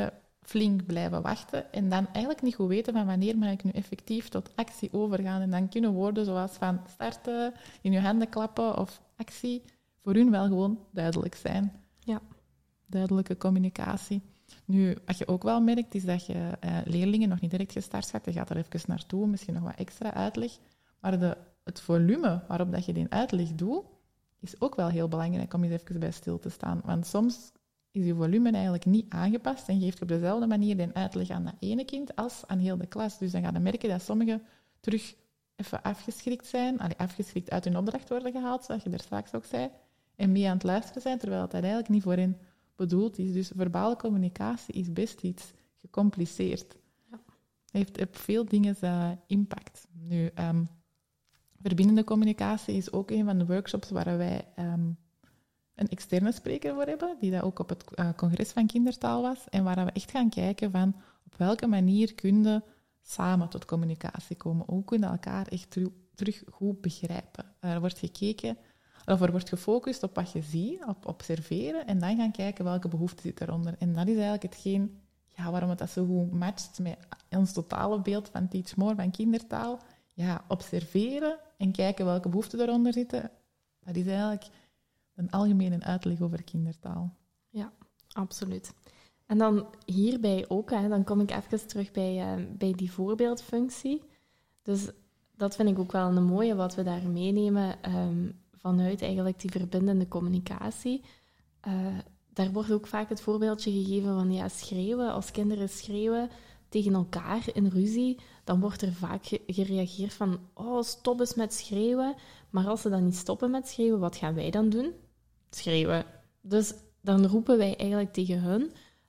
flink blijven wachten en dan eigenlijk niet goed weten van wanneer mag ik nu effectief tot actie overgaan. En dan kunnen woorden zoals van starten, in je handen klappen of actie voor hun wel gewoon duidelijk zijn. Ja. Duidelijke communicatie. Nu, wat je ook wel merkt, is dat je uh, leerlingen nog niet direct gestart gaat. Je gaat er even naartoe, misschien nog wat extra uitleg. Maar de, het volume waarop dat je die uitleg doet, is ook wel heel belangrijk om eens even bij stil te staan. Want soms is je volume eigenlijk niet aangepast en geeft je op dezelfde manier die uitleg aan dat ene kind als aan heel de klas. Dus dan ga je merken dat sommigen terug even afgeschrikt zijn, allee, afgeschrikt uit hun opdracht worden gehaald, zoals je er straks ook zei, en mee aan het luisteren zijn, terwijl het eigenlijk niet voor hen bedoeld is. Dus verbale communicatie is best iets gecompliceerd. Ja. Heeft op veel dingen uh, impact. Nu, um, verbindende communicatie is ook een van de workshops waar wij um, een externe spreker voor hebben, die dat ook op het uh, congres van kindertaal was, en waar we echt gaan kijken van op welke manier kun je samen tot communicatie komen. Hoe kunnen elkaar echt terug, terug goed begrijpen. Er wordt gekeken, of er wordt gefocust op wat je ziet, op observeren, en dan gaan kijken welke behoefte zit eronder. En dat is eigenlijk hetgeen, ja, waarom het dat zo goed matcht met ons totale beeld van Teach More, van kindertaal. Ja, observeren en kijken welke behoeften eronder zitten, dat is eigenlijk een algemene uitleg over kindertaal. Ja, absoluut. En dan hierbij ook, hè, dan kom ik even terug bij, uh, bij die voorbeeldfunctie. Dus dat vind ik ook wel een mooie, wat we daar meenemen um, vanuit eigenlijk die verbindende communicatie. Uh, daar wordt ook vaak het voorbeeldje gegeven van ja, schreeuwen. Als kinderen schreeuwen tegen elkaar in ruzie, dan wordt er vaak ge- gereageerd van oh, stop eens met schreeuwen. Maar als ze dan niet stoppen met schreeuwen, wat gaan wij dan doen? Schreeuwen. Dus dan roepen wij eigenlijk tegen hun.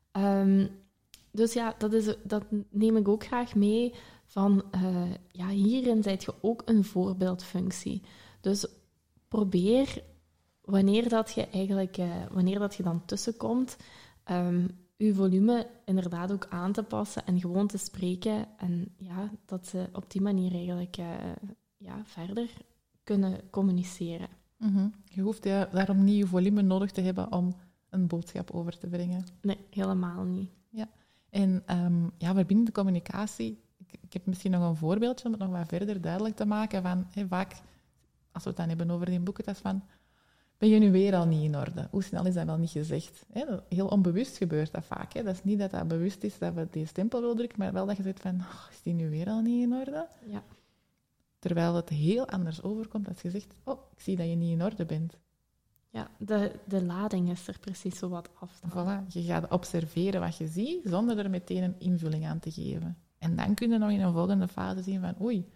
Um, dus ja, dat, is, dat neem ik ook graag mee van uh, ja, hierin zijt je ook een voorbeeldfunctie. Dus probeer, wanneer dat je eigenlijk, uh, wanneer dat je dan tussenkomt, um, je volume inderdaad ook aan te passen en gewoon te spreken. En ja, dat ze op die manier eigenlijk uh, ja, verder kunnen communiceren. Mm-hmm. Je hoeft ja, daarom niet je volume nodig te hebben om een boodschap over te brengen. Nee, helemaal niet. Ja. En um, ja, verbindende communicatie. Ik, ik heb misschien nog een voorbeeldje om het nog wat verder duidelijk te maken. Van, hey, vaak, als we het dan hebben over die boeken, dat is van, ben je nu weer al niet in orde? Hoe snel is dat wel niet gezegd? Hè? Heel onbewust gebeurt dat vaak. Hè? Dat is niet dat dat bewust is dat we die stempel willen drukken, maar wel dat je zegt van, oh, is die nu weer al niet in orde? Ja. Terwijl het heel anders overkomt als je zegt, oh, ik zie dat je niet in orde bent. Ja, de, de lading is er precies zo wat af. Voilà, je gaat observeren wat je ziet, zonder er meteen een invulling aan te geven. En dan kun je nog in een volgende fase zien van, oei,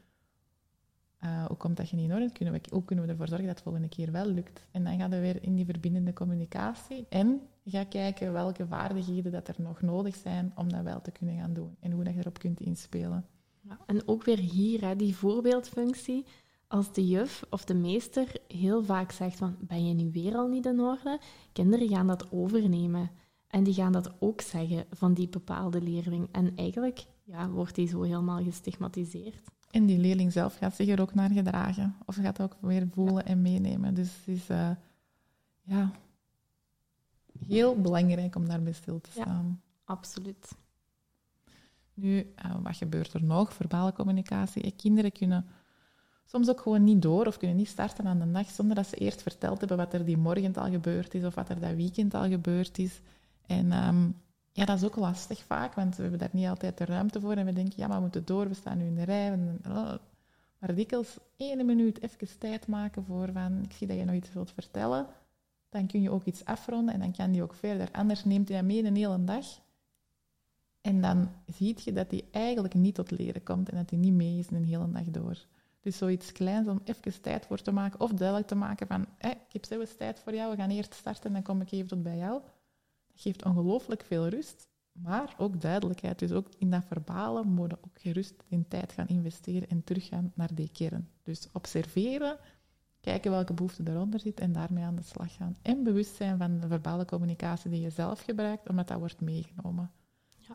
uh, hoe komt dat je niet in orde bent? Kunnen we, hoe kunnen we ervoor zorgen dat het volgende keer wel lukt? En dan gaan we weer in die verbindende communicatie en je gaat kijken welke vaardigheden dat er nog nodig zijn om dat wel te kunnen gaan doen. En hoe dat je erop kunt inspelen. Ja, en ook weer hier, hè, die voorbeeldfunctie. Als de juf of de meester heel vaak zegt van, ben je nu weer al niet in orde? Kinderen gaan dat overnemen. En die gaan dat ook zeggen van die bepaalde leerling. En eigenlijk ja, wordt die zo helemaal gestigmatiseerd. En die leerling zelf gaat zich er ook naar gedragen. Of gaat ook weer voelen ja. en meenemen. Dus het is uh, ja, heel belangrijk om daarbij stil te staan. Ja, absoluut. Nu, uh, wat gebeurt er nog? Verbale communicatie. Kinderen kunnen soms ook gewoon niet door of kunnen niet starten aan de dag zonder dat ze eerst verteld hebben wat er die morgen al gebeurd is of wat er dat weekend al gebeurd is. En um, ja, dat is ook lastig vaak, want we hebben daar niet altijd de ruimte voor en we denken, ja, maar we moeten door, we staan nu in de rij. Maar dikwijls één minuut even tijd maken voor van, ik zie dat je nog iets wilt vertellen, dan kun je ook iets afronden en dan kan die ook verder. Anders neemt hij dat mee een hele dag en dan zie je dat hij eigenlijk niet tot leren komt en dat hij niet mee is een hele dag door. Dus zoiets kleins om even tijd voor te maken of duidelijk te maken van hey, ik heb zelfs tijd voor jou, we gaan eerst starten en dan kom ik even tot bij jou. Dat geeft ongelooflijk veel rust, maar ook duidelijkheid. Dus ook in dat verbale moet je ook gerust in tijd gaan investeren en teruggaan naar die kern. Dus observeren, kijken welke behoefte eronder zit en daarmee aan de slag gaan. En bewust zijn van de verbale communicatie die je zelf gebruikt, omdat dat wordt meegenomen. Ja,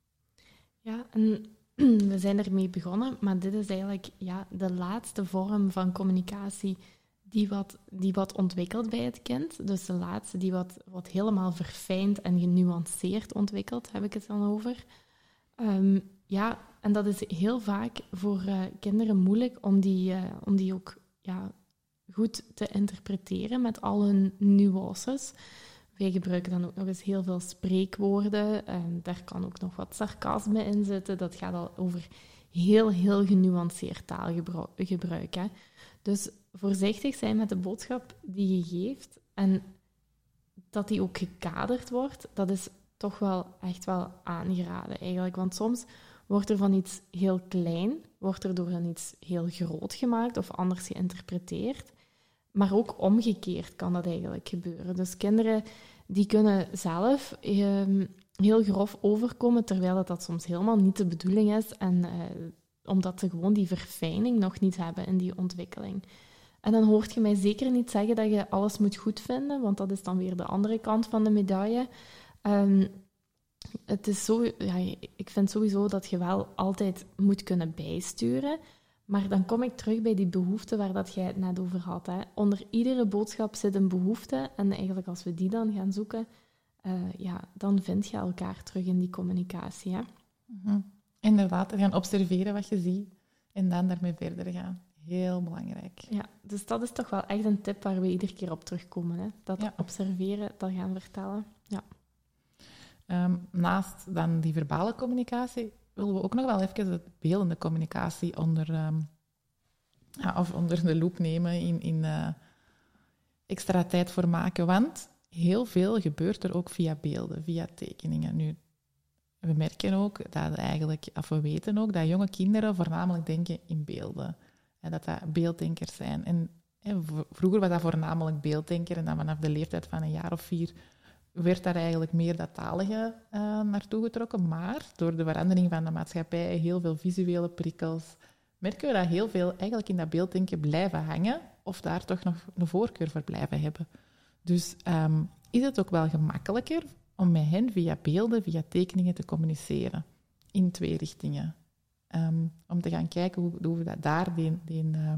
ja en we zijn ermee begonnen, maar dit is eigenlijk ja, de laatste vorm van communicatie die wat, die wat ontwikkelt bij het kind. Dus de laatste die wat, wat helemaal verfijnd en genuanceerd ontwikkelt, heb ik het dan over. Um, ja, en dat is heel vaak voor uh, kinderen moeilijk om die, uh, om die ook ja, goed te interpreteren met al hun nuances. Wij gebruiken dan ook nog eens heel veel spreekwoorden. En daar kan ook nog wat sarcasme in zitten. Dat gaat al over heel, heel genuanceerd taalgebruik. Hè. Dus voorzichtig zijn met de boodschap die je geeft. En dat die ook gekaderd wordt, dat is toch wel echt wel aangeraden eigenlijk. Want soms wordt er van iets heel klein, wordt er door een iets heel groot gemaakt of anders geïnterpreteerd. Maar ook omgekeerd kan dat eigenlijk gebeuren. Dus kinderen die kunnen zelf eh, heel grof overkomen, terwijl dat, dat soms helemaal niet de bedoeling is. En eh, omdat ze gewoon die verfijning nog niet hebben in die ontwikkeling. En dan hoort je mij zeker niet zeggen dat je alles moet goed vinden, want dat is dan weer de andere kant van de medaille. Um, het is zo, ja, ik vind sowieso dat je wel altijd moet kunnen bijsturen. Maar dan kom ik terug bij die behoefte waar dat jij het net over had. Hè. Onder iedere boodschap zit een behoefte. En eigenlijk als we die dan gaan zoeken, uh, ja, dan vind je elkaar terug in die communicatie. Hè. Mm-hmm. Inderdaad, gaan observeren wat je ziet en dan daarmee verder gaan. Heel belangrijk. Ja, dus dat is toch wel echt een tip waar we iedere keer op terugkomen. Hè. Dat ja. observeren, dat gaan vertellen. Ja. Um, naast dan die verbale communicatie willen we ook nog wel even de beeldende communicatie onder, um, ja, of onder de loep nemen, in, in uh, extra tijd voor maken. Want heel veel gebeurt er ook via beelden, via tekeningen. Nu, we merken ook dat eigenlijk, of we weten ook, dat jonge kinderen voornamelijk denken in beelden. En dat dat beelddenkers zijn. En, en vroeger was dat voornamelijk beelddenker en dan vanaf de leeftijd van een jaar of vier werd daar eigenlijk meer dat talige uh, naartoe getrokken. Maar door de verandering van de maatschappij, heel veel visuele prikkels, merken we dat heel veel eigenlijk in dat beelddenken blijven hangen of daar toch nog een voorkeur voor blijven hebben. Dus um, is het ook wel gemakkelijker om met hen via beelden, via tekeningen te communiceren. In twee richtingen. Um, om te gaan kijken hoe, hoe we dat daar, die, die, uh,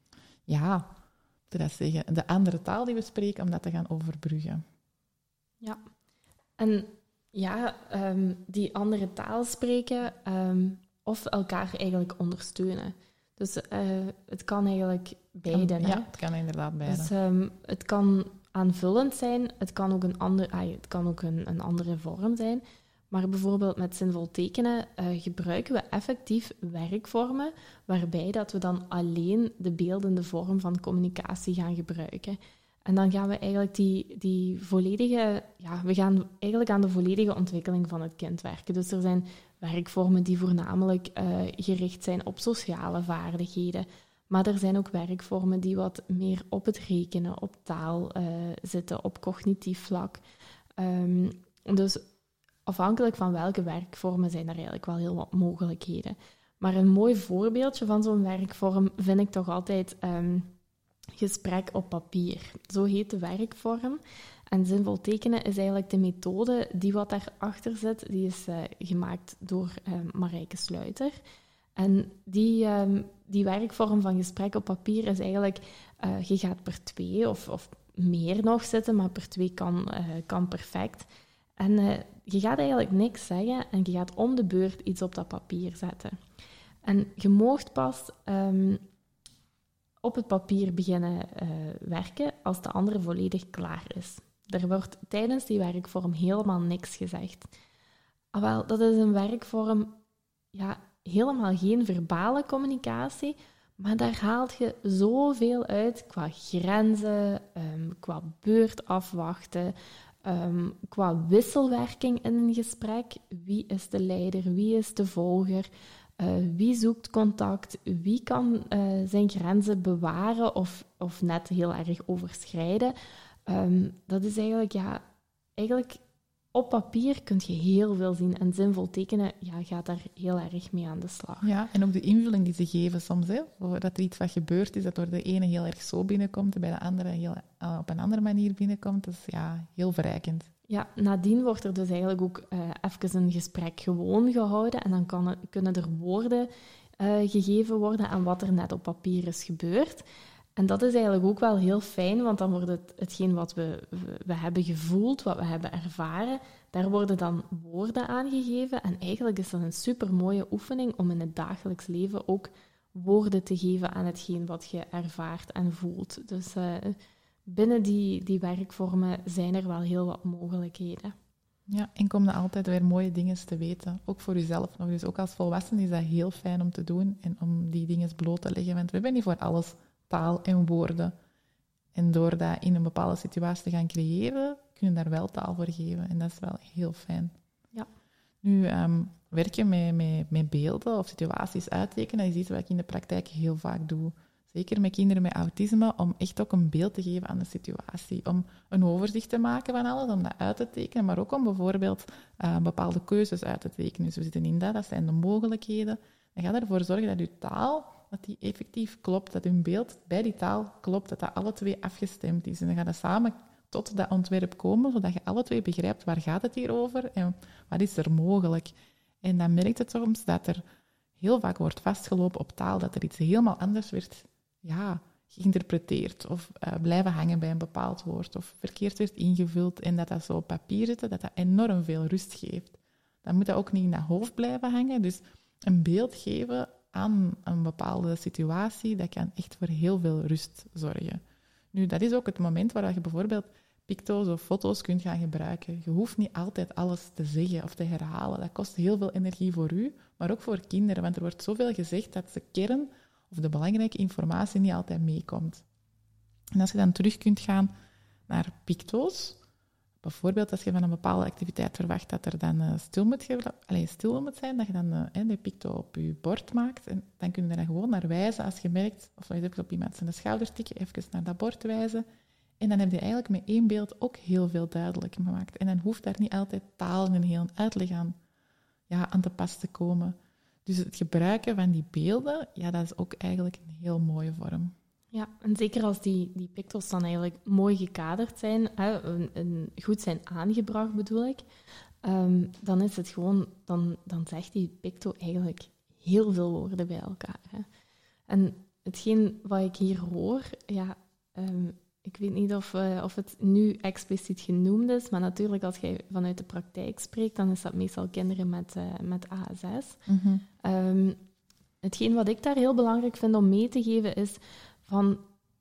ja, te dat zeggen, de andere taal die we spreken, om dat te gaan overbruggen. Ja, en ja, um, die andere taal spreken um, of elkaar eigenlijk ondersteunen. Dus uh, het kan eigenlijk beide. Kan, hè? Ja, het kan inderdaad beide. Dus um, het kan aanvullend zijn, het kan ook een, ander, ah, het kan ook een, een andere vorm zijn. Maar bijvoorbeeld met zinvol tekenen uh, gebruiken we effectief werkvormen waarbij dat we dan alleen de beeldende vorm van communicatie gaan gebruiken. En dan gaan we eigenlijk die, die volledige... Ja, we gaan eigenlijk aan de volledige ontwikkeling van het kind werken. Dus er zijn werkvormen die voornamelijk uh, gericht zijn op sociale vaardigheden. Maar er zijn ook werkvormen die wat meer op het rekenen, op taal uh, zitten, op cognitief vlak. Um, dus afhankelijk van welke werkvormen zijn er eigenlijk wel heel wat mogelijkheden. Maar een mooi voorbeeldje van zo'n werkvorm vind ik toch altijd... Um, gesprek op papier. Zo heet de werkvorm. En zinvol tekenen is eigenlijk de methode die wat daarachter zit. Die is uh, gemaakt door uh, Marijke Sluiter. En die, um, die werkvorm van gesprek op papier is eigenlijk... Uh, je gaat per twee of, of meer nog zitten, maar per twee kan, uh, kan perfect. En uh, je gaat eigenlijk niks zeggen en je gaat om de beurt iets op dat papier zetten. En je moogt pas... Um, op het papier beginnen uh, werken als de andere volledig klaar is. Er wordt tijdens die werkvorm helemaal niks gezegd. Ah, wel, dat is een werkvorm, ja, helemaal geen verbale communicatie, maar daar haalt je zoveel uit qua grenzen, um, qua beurt afwachten, um, qua wisselwerking in een gesprek. Wie is de leider, wie is de volger? Uh, wie zoekt contact? Wie kan uh, zijn grenzen bewaren of, of net heel erg overschrijden? Um, dat is eigenlijk, ja, eigenlijk op papier kun je heel veel zien. En zinvol tekenen ja, gaat daar heel erg mee aan de slag. Ja, en ook de invulling die ze geven soms. Hè, dat er iets wat gebeurd is, dat door de ene heel erg zo binnenkomt en bij de andere heel, uh, op een andere manier binnenkomt. Dat is ja, heel verrijkend. Ja, nadien wordt er dus eigenlijk ook uh, even een gesprek gewoon gehouden en dan kan het, kunnen er woorden uh, gegeven worden aan wat er net op papier is gebeurd. En dat is eigenlijk ook wel heel fijn, want dan wordt het hetgeen wat we, we, we hebben gevoeld, wat we hebben ervaren, daar worden dan woorden aangegeven. En eigenlijk is dat een supermooie oefening om in het dagelijks leven ook woorden te geven aan hetgeen wat je ervaart en voelt. Dus uh, binnen die, die werkvormen zijn er wel heel wat mogelijkheden. Ja, en kom er altijd weer mooie dingen te weten, ook voor jezelf nog. Dus ook als volwassene is dat heel fijn om te doen en om die dingen bloot te leggen, want we hebben niet voor alles taal en woorden. En door dat in een bepaalde situatie te gaan creëren, kun je daar wel taal voor geven. En dat is wel heel fijn. Ja. Nu, um, werken met, met, met beelden of situaties uittekenen, dat is iets wat ik in de praktijk heel vaak doe. Zeker met kinderen met autisme, om echt ook een beeld te geven aan de situatie. Om een overzicht te maken van alles, om dat uit te tekenen, maar ook om bijvoorbeeld uh, bepaalde keuzes uit te tekenen. Dus we zitten in dat, dat zijn de mogelijkheden. Dan ga ervoor zorgen dat je taal, dat die effectief klopt, dat hun beeld bij die taal klopt, dat dat alle twee afgestemd is. En dan gaan we samen tot dat ontwerp komen, zodat je alle twee begrijpt waar gaat het hier over en wat is er mogelijk. En dan merkt het soms dat er heel vaak wordt vastgelopen op taal, dat er iets helemaal anders werd ja, geïnterpreteerd of uh, blijven hangen bij een bepaald woord of verkeerd werd ingevuld en dat dat zo op papier zit, dat dat enorm veel rust geeft. Dan moet dat ook niet in dat hoofd blijven hangen. Dus een beeld geven aan een bepaalde situatie, dat kan echt voor heel veel rust zorgen. Nu, dat is ook het moment waar je bijvoorbeeld picto's of foto's kunt gaan gebruiken. Je hoeft niet altijd alles te zeggen of te herhalen. Dat kost heel veel energie voor u, maar ook voor kinderen, want er wordt zoveel gezegd dat de kern of de belangrijke informatie niet altijd meekomt. En als je dan terug kunt gaan naar picto's, bijvoorbeeld als je van een bepaalde activiteit verwacht dat er dan uh, stil, moet ge- allez, stil moet zijn, dat je dan uh, de picto op je bord maakt. En dan kun je er gewoon naar wijzen als je merkt, of je even op iemand zijn schouder tikken, even naar dat bord wijzen. En dan heb je eigenlijk met één beeld ook heel veel duidelijk gemaakt. En dan hoeft daar niet altijd taal en een heel uitleg aan, ja, aan te pas te komen. Dus het gebruiken van die beelden, ja, dat is ook eigenlijk een heel mooie vorm. Ja, en zeker als die, die picto's dan eigenlijk mooi gekaderd zijn, hè, een, een goed zijn aangebracht bedoel ik, um, dan is het gewoon, dan, dan zegt die picto eigenlijk heel veel woorden bij elkaar. Hè. En hetgeen wat ik hier hoor, ja, um, ik weet niet of, uh, of het nu expliciet genoemd is, maar natuurlijk als je vanuit de praktijk spreekt, dan is dat meestal kinderen met, uh, met A S S. Mm-hmm. Um, hetgeen wat ik daar heel belangrijk vind om mee te geven is van,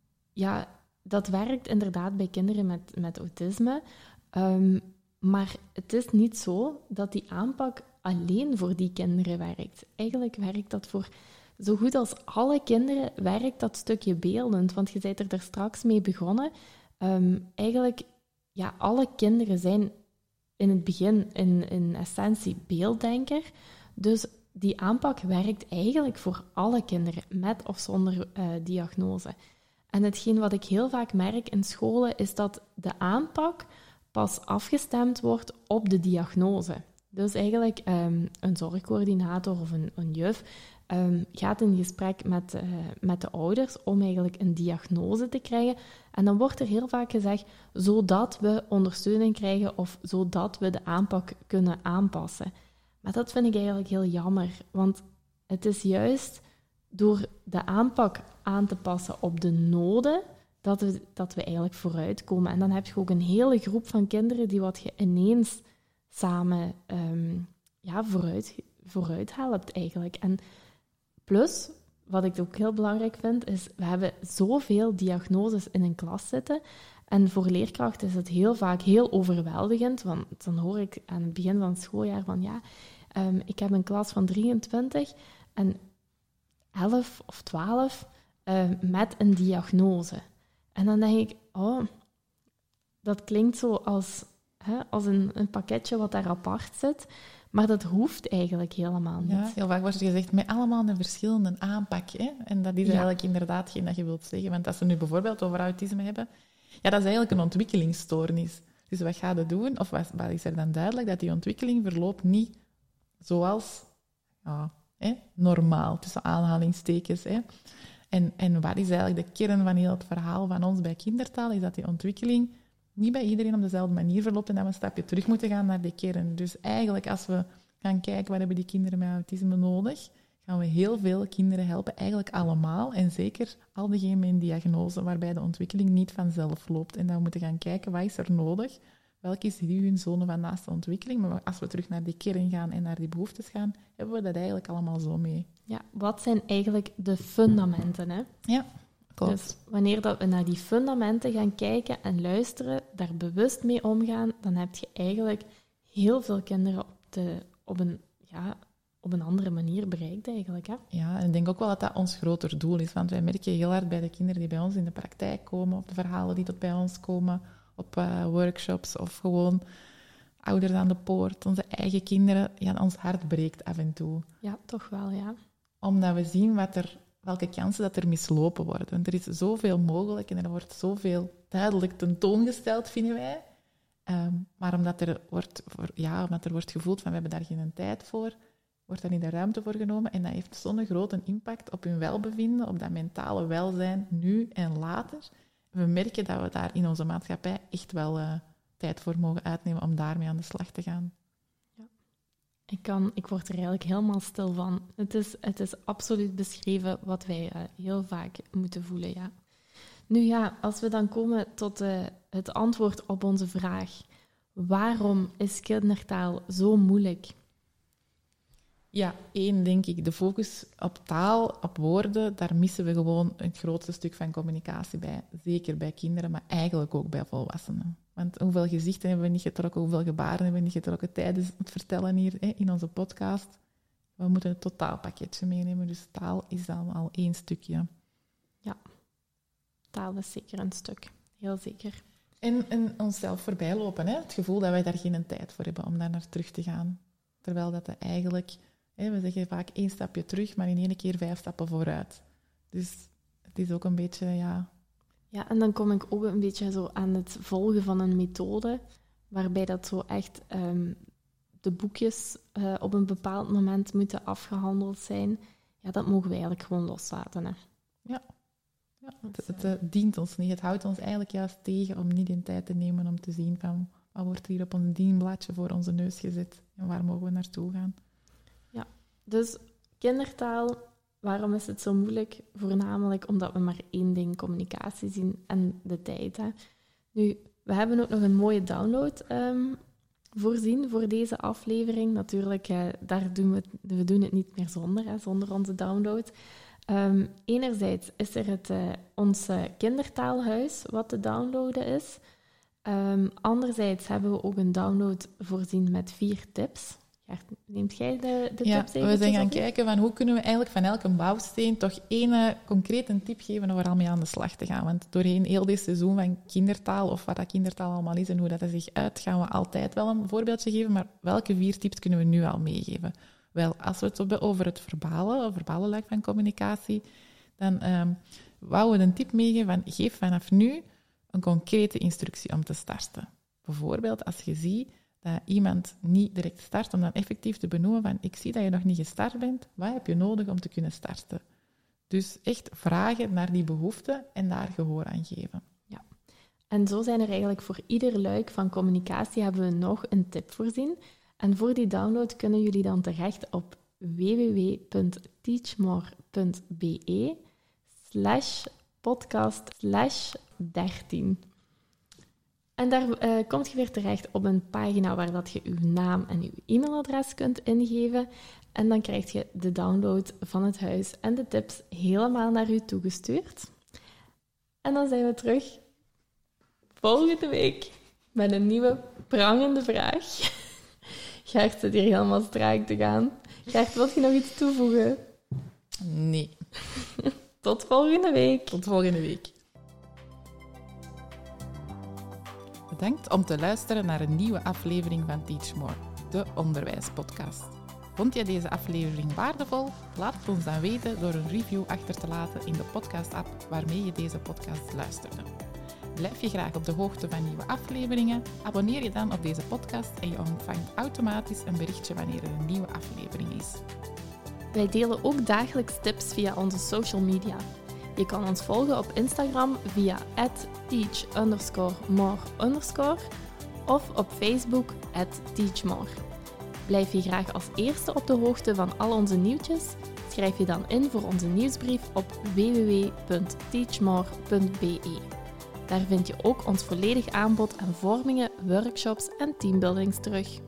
ja, dat werkt inderdaad bij kinderen met, met autisme, um, maar het is niet zo dat die aanpak alleen voor die kinderen werkt. Eigenlijk werkt dat voor zo goed als alle kinderen, werkt dat stukje beeldend, want je bent er daar straks mee begonnen. Um, eigenlijk, ja, alle kinderen zijn in het begin in, in essentie beelddenker, dus die aanpak werkt eigenlijk voor alle kinderen, met of zonder uh, diagnose. En hetgeen wat ik heel vaak merk in scholen, is dat de aanpak pas afgestemd wordt op de diagnose. Dus eigenlijk um, een zorgcoördinator of een, een juf um, gaat in gesprek met, uh, met de ouders om eigenlijk een diagnose te krijgen. En dan wordt er heel vaak gezegd, zodat we ondersteuning krijgen of zodat we de aanpak kunnen aanpassen. Maar dat vind ik eigenlijk heel jammer, want het is juist door de aanpak aan te passen op de noden, dat we, dat we eigenlijk vooruitkomen. En dan heb je ook een hele groep van kinderen die wat je ineens samen um, ja, vooruit, vooruit helpt eigenlijk. En plus, wat ik ook heel belangrijk vind, is we hebben zoveel diagnoses in een klas zitten. En voor leerkrachten is het heel vaak heel overweldigend, want dan hoor ik aan het begin van het schooljaar van ja, um, ik heb een klas van drieëntwintig en elf of twaalf uh, met een diagnose. En dan denk ik, oh, dat klinkt zo als, hè, als een, een pakketje wat daar apart zit, maar dat hoeft eigenlijk helemaal niet. Ja, heel vaak wordt er gezegd, met allemaal een verschillende aanpak. Hè? En dat is ja. eigenlijk inderdaad geen dat je wilt zeggen. Want als we nu bijvoorbeeld over autisme hebben, ja, dat is eigenlijk een ontwikkelingsstoornis. Dus wat ga je doen? Of wat, wat is er dan duidelijk? Dat die ontwikkeling verloopt niet zoals ja, hè, normaal, tussen aanhalingstekens. Hè. En, en wat is eigenlijk de kern van heel het verhaal van ons bij kindertaal? Is dat die ontwikkeling niet bij iedereen op dezelfde manier verloopt en dat we een stapje terug moeten gaan naar de kern. Dus eigenlijk, als we gaan kijken, wat hebben die kinderen met autisme nodig, gaan we heel veel kinderen helpen, eigenlijk allemaal. En zeker al diegenen met een diagnose waarbij de ontwikkeling niet vanzelf loopt. En dan moeten we gaan kijken, wat is er nodig? Welke is die hun zone van naaste ontwikkeling? Maar als we terug naar die kern gaan en naar die behoeftes gaan, hebben we dat eigenlijk allemaal zo mee. Ja, wat zijn eigenlijk de fundamenten, hè? Ja, klopt. Dus wanneer dat we naar die fundamenten gaan kijken en luisteren, daar bewust mee omgaan, dan heb je eigenlijk heel veel kinderen op, de, op, een, ja, op een andere manier bereikt eigenlijk. Hè? Ja, en ik denk ook wel dat dat ons groter doel is. Want wij merken heel hard bij de kinderen die bij ons in de praktijk komen, op de verhalen die tot bij ons komen, op uh, workshops of gewoon ouders aan de poort, onze eigen kinderen, ja, ons hart breekt af en toe. Ja, toch wel, ja. Omdat we zien wat er, welke kansen dat er mislopen worden. Want er is zoveel mogelijk en er wordt zoveel duidelijk tentoongesteld, vinden wij. Um, maar omdat er, wordt, voor, ja, omdat er wordt gevoeld van we hebben daar geen tijd voor, wordt daar niet de ruimte voor genomen. En dat heeft zo'n grote impact op hun welbevinden, op dat mentale welzijn, nu en later. We merken dat we daar in onze maatschappij echt wel uh, tijd voor mogen uitnemen om daarmee aan de slag te gaan. Ja. Ik, kan, ik word er eigenlijk helemaal stil van. Het is, het is absoluut beschreven wat wij uh, heel vaak moeten voelen, ja. Nu ja, als we dan komen tot uh, het antwoord op onze vraag, waarom is kindertaal zo moeilijk? Ja, één, denk ik, de focus op taal, op woorden, daar missen we gewoon het grootste stuk van communicatie bij. Zeker bij kinderen, maar eigenlijk ook bij volwassenen. Want hoeveel gezichten hebben we niet getrokken, hoeveel gebaren hebben we niet getrokken tijdens het vertellen hier hè, in onze podcast. We moeten het totaalpakketje meenemen, dus taal is dan al één stukje. Ja, taal is zeker een stuk, heel zeker. En, en onszelf voorbijlopen, hè? Het gevoel dat wij daar geen tijd voor hebben om daar naar terug te gaan. Terwijl dat er eigenlijk... We zeggen vaak één stapje terug, maar in één keer vijf stappen vooruit. Dus het is ook een beetje, ja... Ja, en dan kom ik ook een beetje zo aan het volgen van een methode, waarbij dat zo echt um, de boekjes uh, op een bepaald moment moeten afgehandeld zijn. Ja, dat mogen we eigenlijk gewoon loslaten, hè. Ja, ja het, het, het dient ons niet. Het houdt ons eigenlijk juist tegen om niet in tijd te nemen om te zien van wat wordt hier op ons dienbladje voor onze neus gezet en waar mogen we naartoe gaan. Dus kindertaal, waarom is het zo moeilijk? Voornamelijk omdat we maar één ding, communicatie zien en de tijd. Hè. Nu, we hebben ook nog een mooie download um, voorzien voor deze aflevering. Natuurlijk, uh, daar doen we, het, we doen het niet meer zonder, hè, zonder onze download. Um, enerzijds is er het, uh, ons uh, kindertaalhuis wat te downloaden is. Um, anderzijds hebben we ook een download voorzien met vier tips. Ja, neemt jij de, de ja, tips even? We zijn gaan kijken van hoe kunnen we eigenlijk van elke bouwsteen toch één uh, concrete tip geven om er al mee aan de slag te gaan. Want doorheen heel dit seizoen van kindertaal, of wat dat kindertaal allemaal is en hoe dat er zich uit, gaan we altijd wel een voorbeeldje geven. Maar welke vier tips kunnen we nu al meegeven? Wel, als we het hebben over het verbale, verbale luik van communicatie, dan um, wouden we een tip meegeven van geef vanaf nu een concrete instructie om te starten. Bijvoorbeeld als je ziet dat iemand niet direct start, om dan effectief te benoemen van ik zie dat je nog niet gestart bent, wat heb je nodig om te kunnen starten? Dus echt vragen naar die behoeften en daar gehoor aan geven. Ja, en zo zijn er eigenlijk voor ieder luik van communicatie hebben we nog een tip voorzien. En voor die download kunnen jullie dan terecht op www.teachmore.be slash podcast slash dertien. En daar uh, kom je weer terecht op een pagina waar dat je uw naam en uw e-mailadres kunt ingeven. En dan krijg je de download van het huis en de tips helemaal naar u toegestuurd. En dan zijn we terug volgende week met een nieuwe prangende vraag. Gert zit hier helemaal strak te gaan. Gert, wil je nog iets toevoegen? Nee. Tot volgende week. Tot volgende week. Bedankt om te luisteren naar een nieuwe aflevering van Teach More, de onderwijspodcast. Vond je deze aflevering waardevol? Laat het ons dan weten door een review achter te laten in de podcast-app waarmee je deze podcast luisterde. Blijf je graag op de hoogte van nieuwe afleveringen? Abonneer je dan op deze podcast en je ontvangt automatisch een berichtje wanneer er een nieuwe aflevering is. Wij delen ook dagelijks tips via onze social media. Je kan ons volgen op Instagram via at teach underscore more underscore of op Facebook at teachmore. Blijf je graag als eerste op de hoogte van al onze nieuwtjes? schrijf je dan in voor onze nieuwsbrief op w w w punt teachmore punt b e. Daar vind je ook ons volledig aanbod aan vormingen, workshops en teambuildings terug.